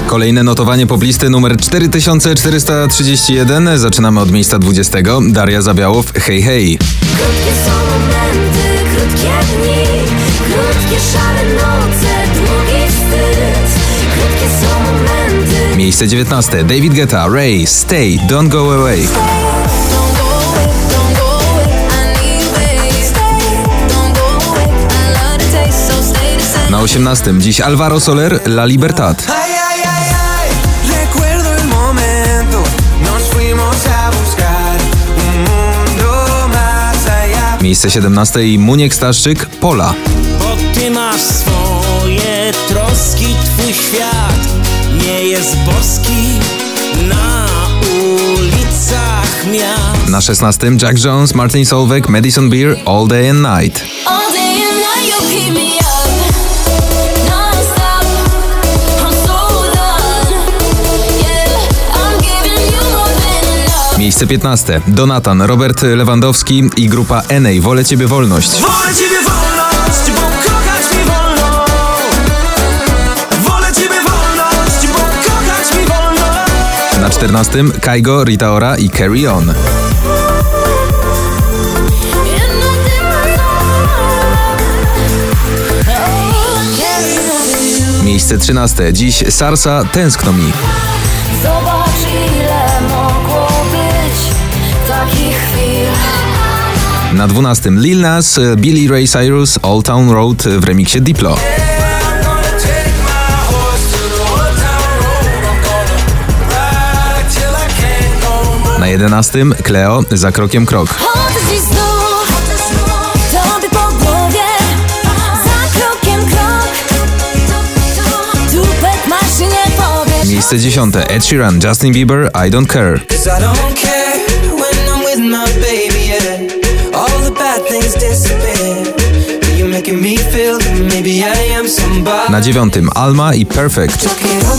Kolejne notowanie poplisty numer 4431. Zaczynamy od miejsca 20. Daria Zawiałow, Hej Hej. Krótkie są momenty, krótkie dni, krótkie szare noce, długi wstyd. Krótkie są momenty. Miejsce 19. David Guetta, Ray, Stay, Don't Go Away. Na 18. Dziś Alvaro Soler, La Libertad. Miejsce 17. Muniek Staszczyk, Pola. Bo ty masz swoje troski, twój świat nie jest boski na ulicach miast. Na 16. Jack Jones, Martin Solveig, Madison Beer, All Day and Night. Miejsce 15. Donatan, Robert Lewandowski i grupa NA, Wolę Ciebie Wolność. Wolę Ciebie wolność, bo kochać mi wolno. Wolę Ciebie wolność, bo kochać mi wolno. Na 14. Kygo, Rita Ora i Carry On. Miejsce 13. Dziś Sarsa, Tęskno mi. Zobacz, ile mogło być takich chwil. Na 12. Lil Nas, Billy Ray Cyrus, Old Town Road w remiksie Diplo. Na 11. Cleo, Za krokiem krok. Miejsce 10. Ed Sheeran, Justin Bieber, I Don't Care. Na 9. Alma i Perfect.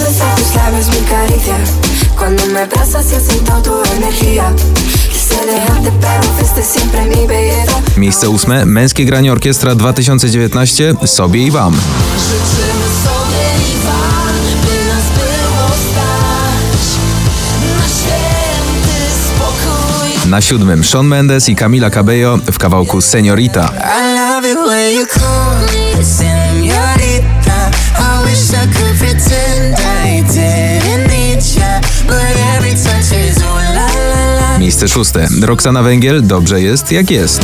Miejsce 8. Męskie granie orkiestra 2019, Sobie i Wam. Na 7. Shawn Mendes i Camila Cabello w kawałku Señorita. Miejsce 6. Roxana Węgiel, Dobrze jest jak jest.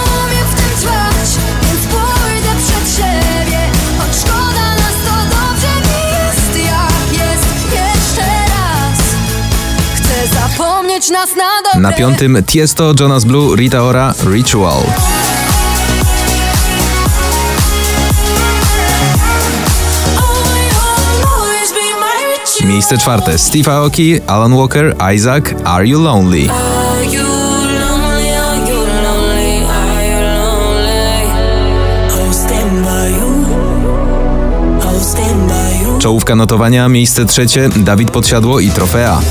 Na 5. Tiesto, Jonas Blue, Rita Ora, Ritual. Miejsce 4. Steve Aoki, Alan Walker, Isaac, Are You Lonely? Czołówka notowania, miejsce 3. Dawid Podsiadło i Trofea.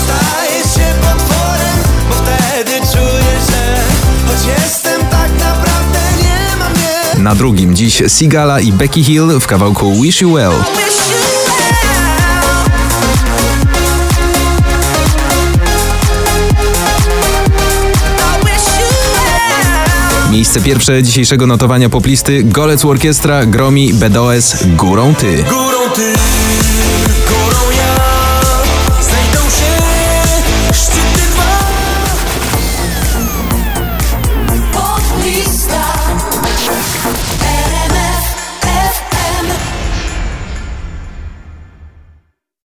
Na 2. dziś Sigala i Becky Hill w kawałku Wish You Well. Miejsce 1. dzisiejszego notowania poplisty, Golec Orkiestra, Gromi, BDOS, Górą Ty. Górą ty.